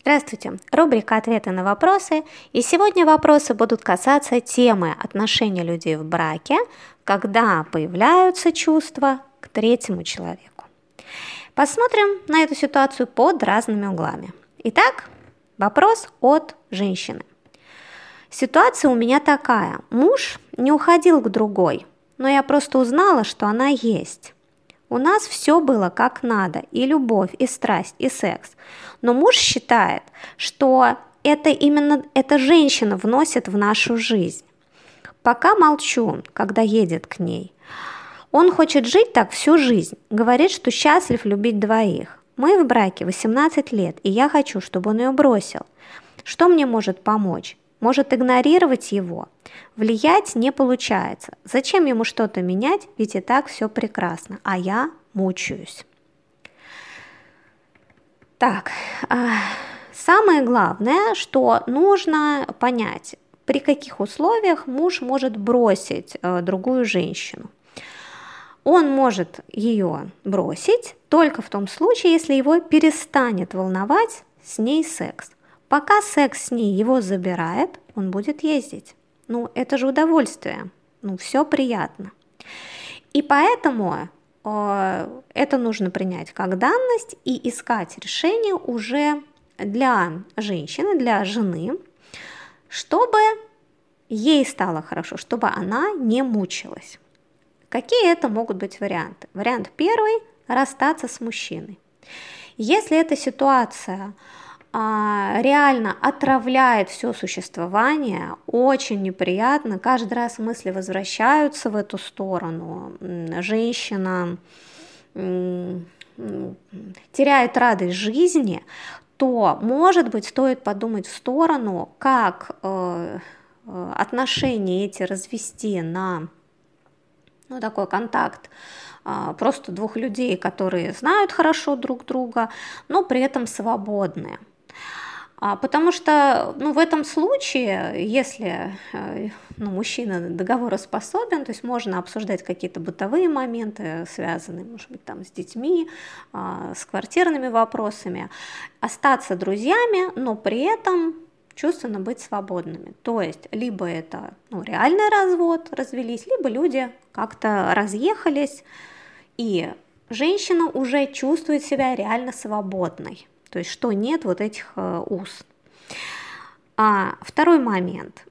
Здравствуйте! Рубрика «Ответы на вопросы». И сегодня вопросы будут касаться темы отношений людей в браке, когда появляются чувства к третьему человеку. Посмотрим на эту ситуацию под разными углами. Итак, вопрос от женщины. Ситуация у меня такая. Муж не уходил к другой, но я просто узнала, что она есть. У нас все было как надо, и любовь, и страсть, и секс. Но муж считает, что это именно эта женщина вносит в нашу жизнь. Пока молчу, когда едет к ней. Он хочет жить так всю жизнь, говорит, что счастлив любить двоих. Мы в браке 18 лет, и я хочу, чтобы он ее бросил. Что мне может помочь? Может игнорировать его? Влиять не получается. Зачем ему что-то менять, ведь и так все прекрасно, а я мучаюсь. Так, самое главное, что нужно понять, при каких условиях муж может бросить другую женщину. Он может ее бросить только в том случае, если его перестанет волновать с ней секс. Пока секс с ней его забирает, он будет ездить. Это же удовольствие, все приятно. И поэтому это нужно принять как данность и искать решение уже для женщины, для жены, чтобы ей стало хорошо, чтобы она не мучилась. Какие это могут быть варианты? Вариант первый – расстаться с мужчиной. Если эта ситуация реально отравляет все существование, очень неприятно, каждый раз мысли возвращаются в эту сторону, женщина теряет радость жизни, то, может быть, стоит подумать в сторону, как отношения эти развести на такой контакт просто двух людей, которые знают хорошо друг друга, но при этом свободны. Потому что в этом случае, если мужчина договороспособен, то есть можно обсуждать какие-то бытовые моменты, связанные, может быть, с детьми, с квартирными вопросами, остаться друзьями, но при этом чувственно быть свободными. То есть либо это реальный развод, развелись, либо люди как-то разъехались, и женщина уже чувствует себя реально свободной. То есть что нет вот этих уз. Второй момент.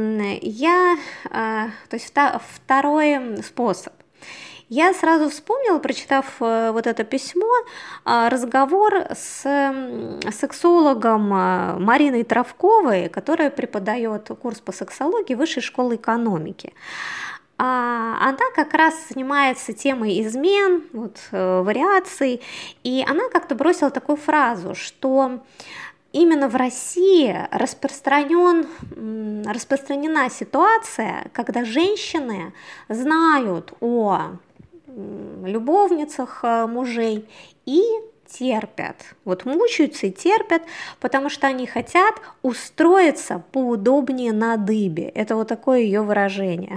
Второй способ. Я сразу вспомнила, прочитав вот это письмо, разговор с сексологом Мариной Травковой, которая преподает курс по сексологии Высшей школы экономики. Она как раз занимается темой измен, вариаций, и она как-то бросила такую фразу, что именно в России распространена ситуация, когда женщины знают о любовницах мужей и терпят, мучаются и терпят, потому что они хотят устроиться поудобнее на дыбе. Это такое ее выражение.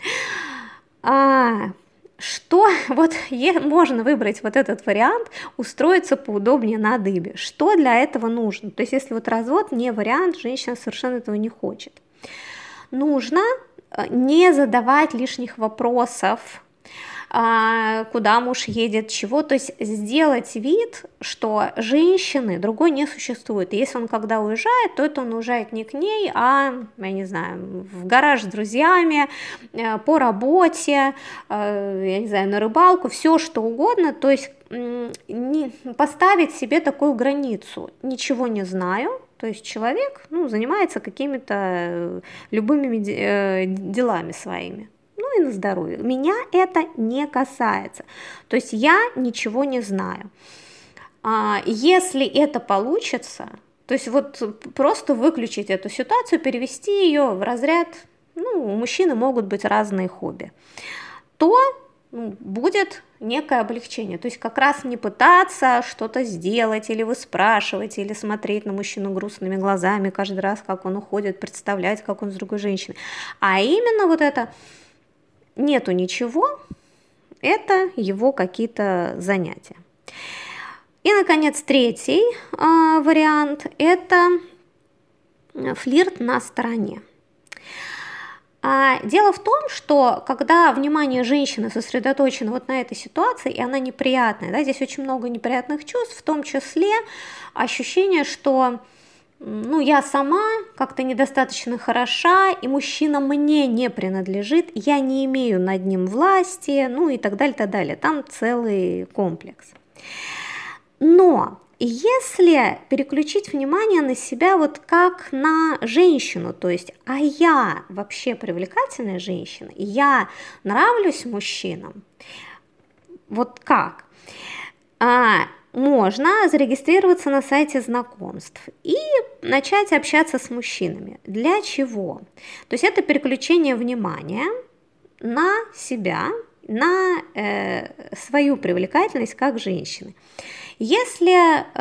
Можно выбрать этот вариант, устроиться поудобнее на дыбе. Что для этого нужно? То есть если развод не вариант, женщина совершенно этого не хочет. Нужно не задавать лишних вопросов, куда муж едет, чего, то есть сделать вид, что женщины другой не существует. И если он когда уезжает, то это он уезжает не к ней, а, в гараж с друзьями, по работе, на рыбалку, все что угодно, то есть поставить себе такую границу. Ничего не знаю, то есть человек занимается какими-то любыми делами своими. И на здоровье. Меня это не касается. То есть я ничего не знаю. Если это получится, то есть просто выключить эту ситуацию, перевести ее в разряд, у мужчины могут быть разные хобби, то будет некое облегчение. То есть как раз не пытаться что-то сделать, или выспрашивать, или смотреть на мужчину грустными глазами каждый раз, как он уходит, представлять, как он с другой женщиной. А именно это нету ничего, это его какие-то занятия. И, наконец, третий вариант – это флирт на стороне. Дело в том, что когда внимание женщины сосредоточено вот на этой ситуации, и она неприятная, да, здесь очень много неприятных чувств, в том числе ощущение, что я сама как-то недостаточно хороша, и мужчина мне не принадлежит, я не имею над ним власти, и так далее, так далее. Там целый комплекс. Но если переключить внимание на себя вот как на женщину, то есть, а я вообще привлекательная женщина, я нравлюсь мужчинам, вот как? Можно зарегистрироваться на сайте знакомств и начать общаться с мужчинами. Для чего? То есть это переключение внимания на себя, на свою привлекательность как женщины. Если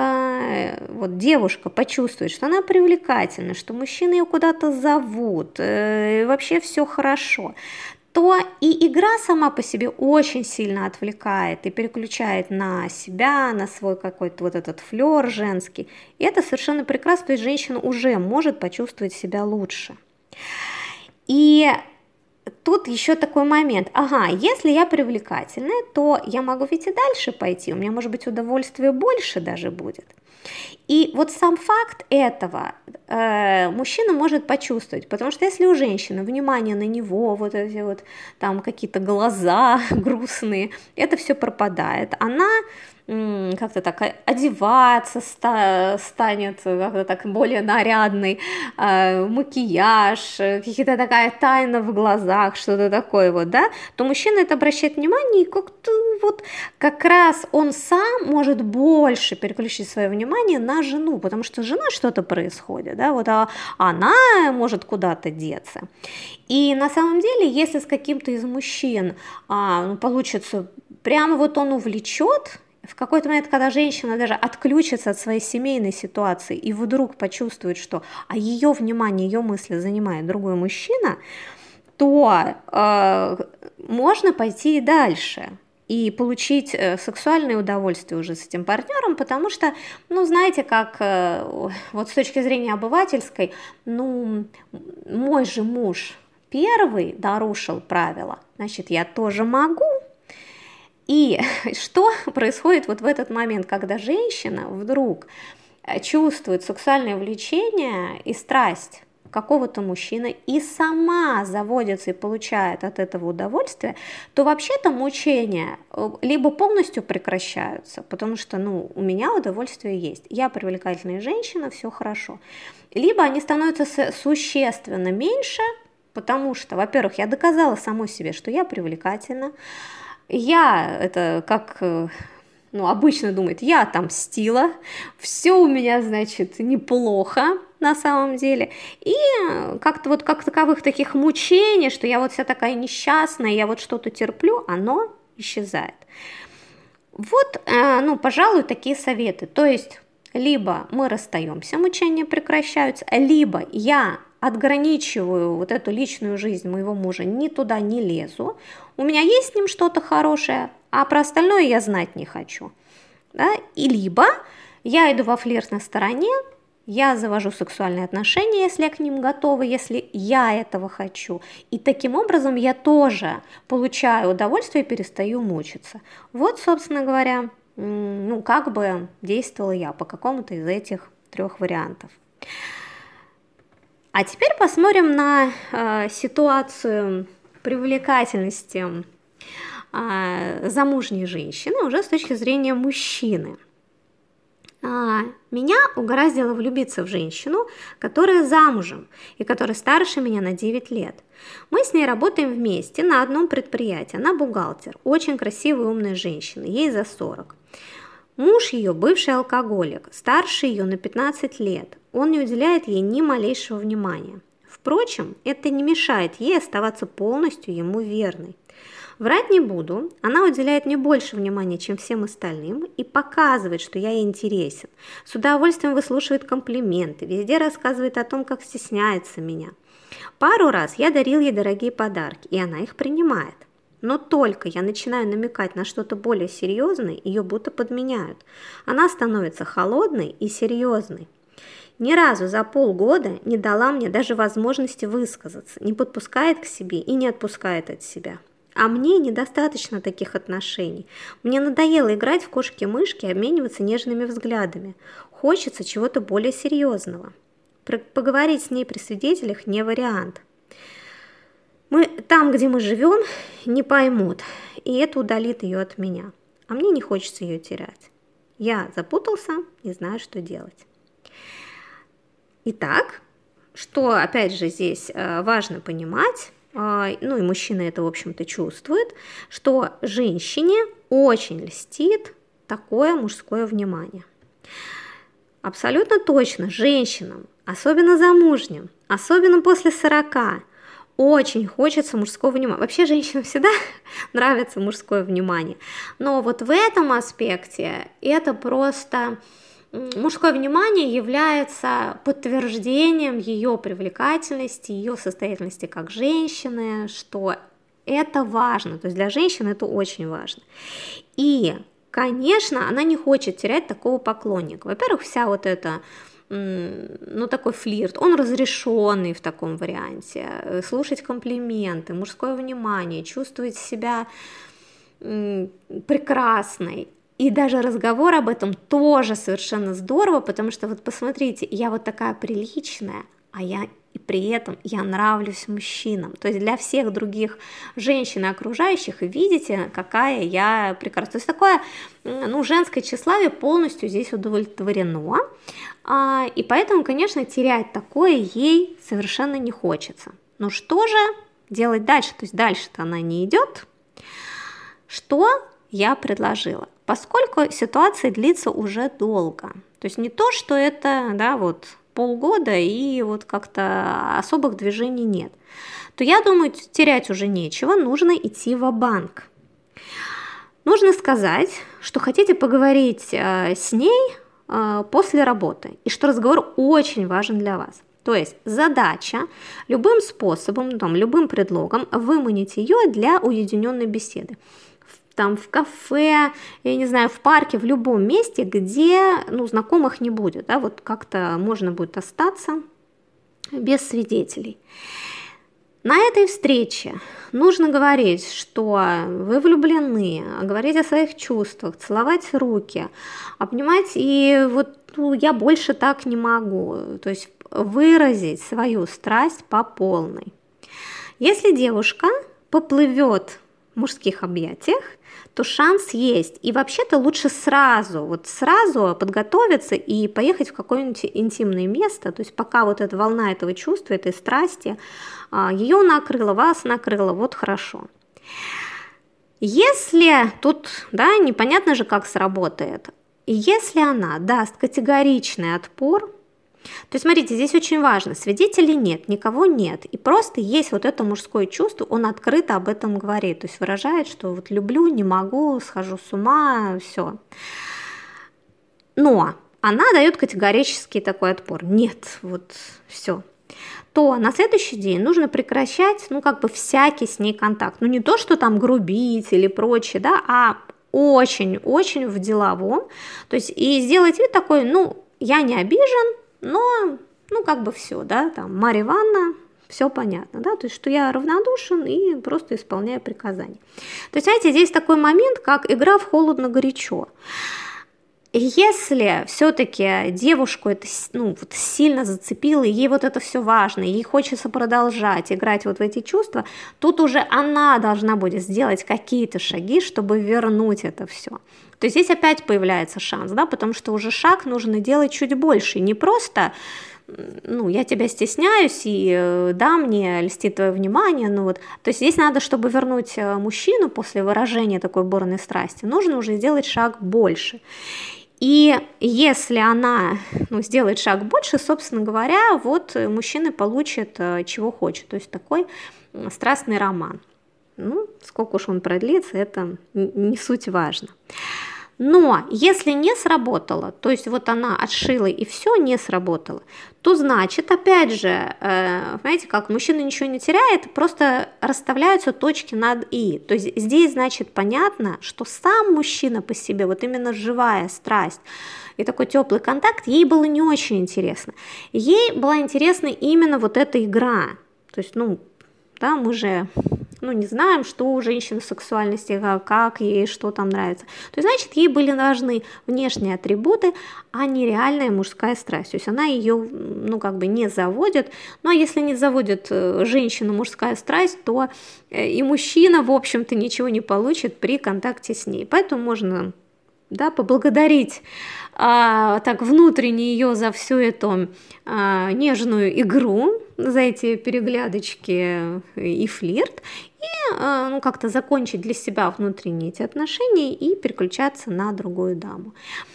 вот девушка почувствует, что она привлекательна, что мужчины ее куда-то зовут, вообще все хорошо, то и игра сама по себе очень сильно отвлекает и переключает на себя, на свой какой-то вот этот флёр женский. И это совершенно прекрасно, то есть женщина уже может почувствовать себя лучше. И тут еще такой момент. Если я привлекательная, то я могу ведь и дальше пойти, у меня, может быть, удовольствия больше даже будет. И вот сам факт этого мужчина может почувствовать, потому что если у женщины внимание на него, вот эти вот там какие-то глаза грустные, это все пропадает, она как-то так одеваться станет как-то так более нарядный, макияж, какие-то такая тайна в глазах, что-то такое вот, да, то мужчина это обращает внимание, и как-то вот как раз он сам может больше переключить свое внимание на жену, потому что с женой что-то происходит, да, вот, а она может куда-то деться. И на самом деле, если с каким-то из мужчин получится, прямо вот он увлечет, в какой-то момент, когда женщина даже отключится от своей семейной ситуации и вдруг почувствует, что ее внимание, ее мысли занимает другой мужчина, то можно пойти и дальше и получить сексуальное удовольствие уже с этим партнером, потому что, знаете, как вот с точки зрения обывательской, мой же муж первый нарушил правила, значит, я тоже могу. И что происходит вот в этот момент, когда женщина вдруг чувствует сексуальное влечение и страсть какого-то мужчины и сама заводится и получает от этого удовольствие, то вообще-то мучения либо полностью прекращаются, потому что, у меня удовольствие есть, я привлекательная женщина, все хорошо, либо они становятся существенно меньше, потому что, во-первых, я доказала самой себе, что я привлекательна, я это как обычно думает, я отомстила, все у меня, значит, неплохо на самом деле. И как-то вот как таковых таких мучений, что я вот вся такая несчастная, я вот что-то терплю, оно исчезает. Вот, пожалуй, такие советы. То есть, либо мы расстаемся, мучения прекращаются, либо я отграничиваю вот эту личную жизнь моего мужа, ни туда не лезу, у меня есть с ним что-то хорошее, а про остальное я знать не хочу. Да? И либо я иду во флирт на стороне, я завожу сексуальные отношения, если я к ним готова, если я этого хочу. И таким образом я тоже получаю удовольствие и перестаю мучиться. Вот, собственно говоря, как бы действовала я по какому-то из этих 3 вариантов. А теперь посмотрим на ситуацию привлекательности замужней женщины уже с точки зрения мужчины. Меня угораздило влюбиться в женщину, которая замужем и которая старше меня на 9 лет. Мы с ней работаем вместе на одном предприятии. Она бухгалтер, очень красивая и умная женщина, ей за 40. Муж ее бывший алкоголик, старше ее на 15 лет. Он не уделяет ей ни малейшего внимания. Впрочем, это не мешает ей оставаться полностью ему верной. Врать не буду, она уделяет мне больше внимания, чем всем остальным, и показывает, что я ей интересен. С удовольствием выслушивает комплименты, везде рассказывает о том, как стесняется меня. Пару раз я дарил ей дорогие подарки, и она их принимает. Но только я начинаю намекать на что-то более серьезное, ее будто подменяют. Она становится холодной и серьезной. Ни разу за полгода не дала мне даже возможности высказаться, не подпускает к себе и не отпускает от себя. А мне недостаточно таких отношений. Мне надоело играть в кошки-мышки и обмениваться нежными взглядами. Хочется чего-то более серьезного. Поговорить с ней при свидетелях не вариант. Там, где мы живем, не поймут, и это удалит ее от меня. А мне не хочется ее терять. Я запутался, не знаю, что делать. Итак, что, опять же, здесь важно понимать, ну и мужчина это, в общем-то, чувствует, что женщине очень льстит такое мужское внимание. Абсолютно точно женщинам, особенно замужним, особенно после 40, очень хочется мужского внимания. Вообще женщинам всегда нравится мужское внимание, но вот в этом аспекте это просто... Мужское внимание является подтверждением ее привлекательности, ее состоятельности как женщины, что это важно, то есть для женщин это очень важно. И, конечно, она не хочет терять такого поклонника. Во-первых, вся вот эта, такой флирт, он разрешенный в таком варианте, слушать комплименты, мужское внимание, чувствовать себя прекрасной. И даже разговор об этом тоже совершенно здорово, потому что вот посмотрите, я вот такая приличная, и при этом я нравлюсь мужчинам. То есть для всех других женщин и окружающих, видите, какая я прекрасная. То есть такое, женское тщеславие полностью здесь удовлетворено. И поэтому, конечно, терять такое ей совершенно не хочется. Но что же делать дальше? То есть дальше-то она не идет. Что я предложила? Поскольку ситуация длится уже долго, то есть не то, что это, полгода и вот как-то особых движений нет, то я думаю, терять уже нечего, нужно идти ва-банк. Нужно сказать, что хотите поговорить с ней после работы, и что разговор очень важен для вас. То есть задача любым способом, любым предлогом выманить ее для уединенной беседы. В кафе, я не знаю, в парке, в любом месте, где знакомых не будет, вот как-то можно будет остаться без свидетелей. На этой встрече нужно говорить, что вы влюблены, говорить о своих чувствах, целовать руки, обнимать, и я больше так не могу, то есть выразить свою страсть по полной. Если девушка поплывет в мужских объятиях, то шанс есть. И вообще-то лучше сразу подготовиться и поехать в какое-нибудь интимное место, то есть пока вот эта волна этого чувства, этой страсти, ее накрыла, вас накрыла, вот хорошо. Если тут, непонятно же, как сработает, если она даст категоричный отпор, то есть, смотрите, здесь очень важно, свидетелей нет, никого нет, и просто есть вот это мужское чувство, он открыто об этом говорит, то есть выражает, что вот люблю, не могу, схожу с ума, все. Но она дает категорический такой отпор, нет, вот все. То на следующий день нужно прекращать, всякий с ней контакт, не то, что там грубить или прочее, а очень-очень в деловом, то есть и сделать вид такой, я не обижен, но, все, Марья Ивановна, все понятно, то есть, что я равнодушен и просто исполняю приказания. То есть, знаете, здесь такой момент, как игра в холодно-горячо. Если все-таки девушку это, сильно зацепило, ей вот это все важно, ей хочется продолжать играть вот в эти чувства, тут уже она должна будет сделать какие-то шаги, чтобы вернуть это все. То есть здесь опять появляется шанс, потому что уже шаг нужно делать чуть больше, не просто, я тебя стесняюсь, и мне льстит твое внимание, то есть здесь надо, чтобы вернуть мужчину после выражения такой бурной страсти, нужно уже сделать шаг больше. И если она сделает шаг больше, собственно говоря, мужчина получит, чего хочет, то есть такой страстный роман. Сколько уж он продлится, это не суть важно. Но если не сработало, то есть вот она отшила и все не сработало, то значит, опять же, знаете, как мужчина ничего не теряет, просто расставляются точки над «и». То есть здесь, значит, понятно, что сам мужчина по себе, вот именно живая страсть и такой теплый контакт, ей было не очень интересно. Ей была интересна именно вот эта игра. То есть, да, мы же не знаем, что у женщины в сексуальности, как ей, что там нравится. То есть, значит, ей были важны внешние атрибуты, а не реальная мужская страсть. То есть она ее, не заводит. Ну, а если не заводит женщину мужская страсть, то и мужчина, в общем-то, ничего не получит при контакте с ней. Поэтому можно, да, поблагодарить так внутренне ее за всю эту нежную игру, за эти переглядочки и флирт, и как-то закончить для себя внутренние эти отношения и переключаться на другую даму.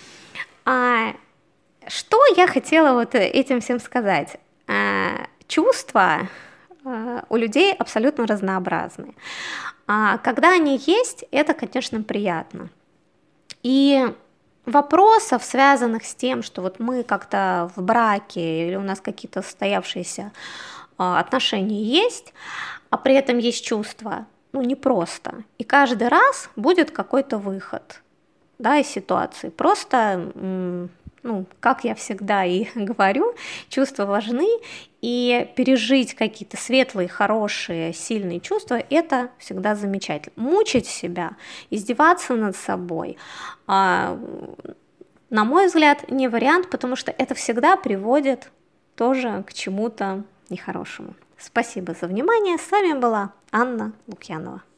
Что я хотела вот этим всем сказать? Чувства у людей абсолютно разнообразны. Когда они есть, это, конечно, приятно. И вопросов, связанных с тем, что вот мы как-то в браке или у нас какие-то состоявшиеся отношения есть, а при этом есть чувства, непросто. И каждый раз будет какой-то выход, да, из ситуации. Просто, как я всегда и говорю, чувства важны, и пережить какие-то светлые, хорошие, сильные чувства – это всегда замечательно. Мучить себя, издеваться над собой, на мой взгляд, не вариант, потому что это всегда приводит тоже к чему-то нехорошему. Спасибо за внимание. С вами была Анна Лукьянова.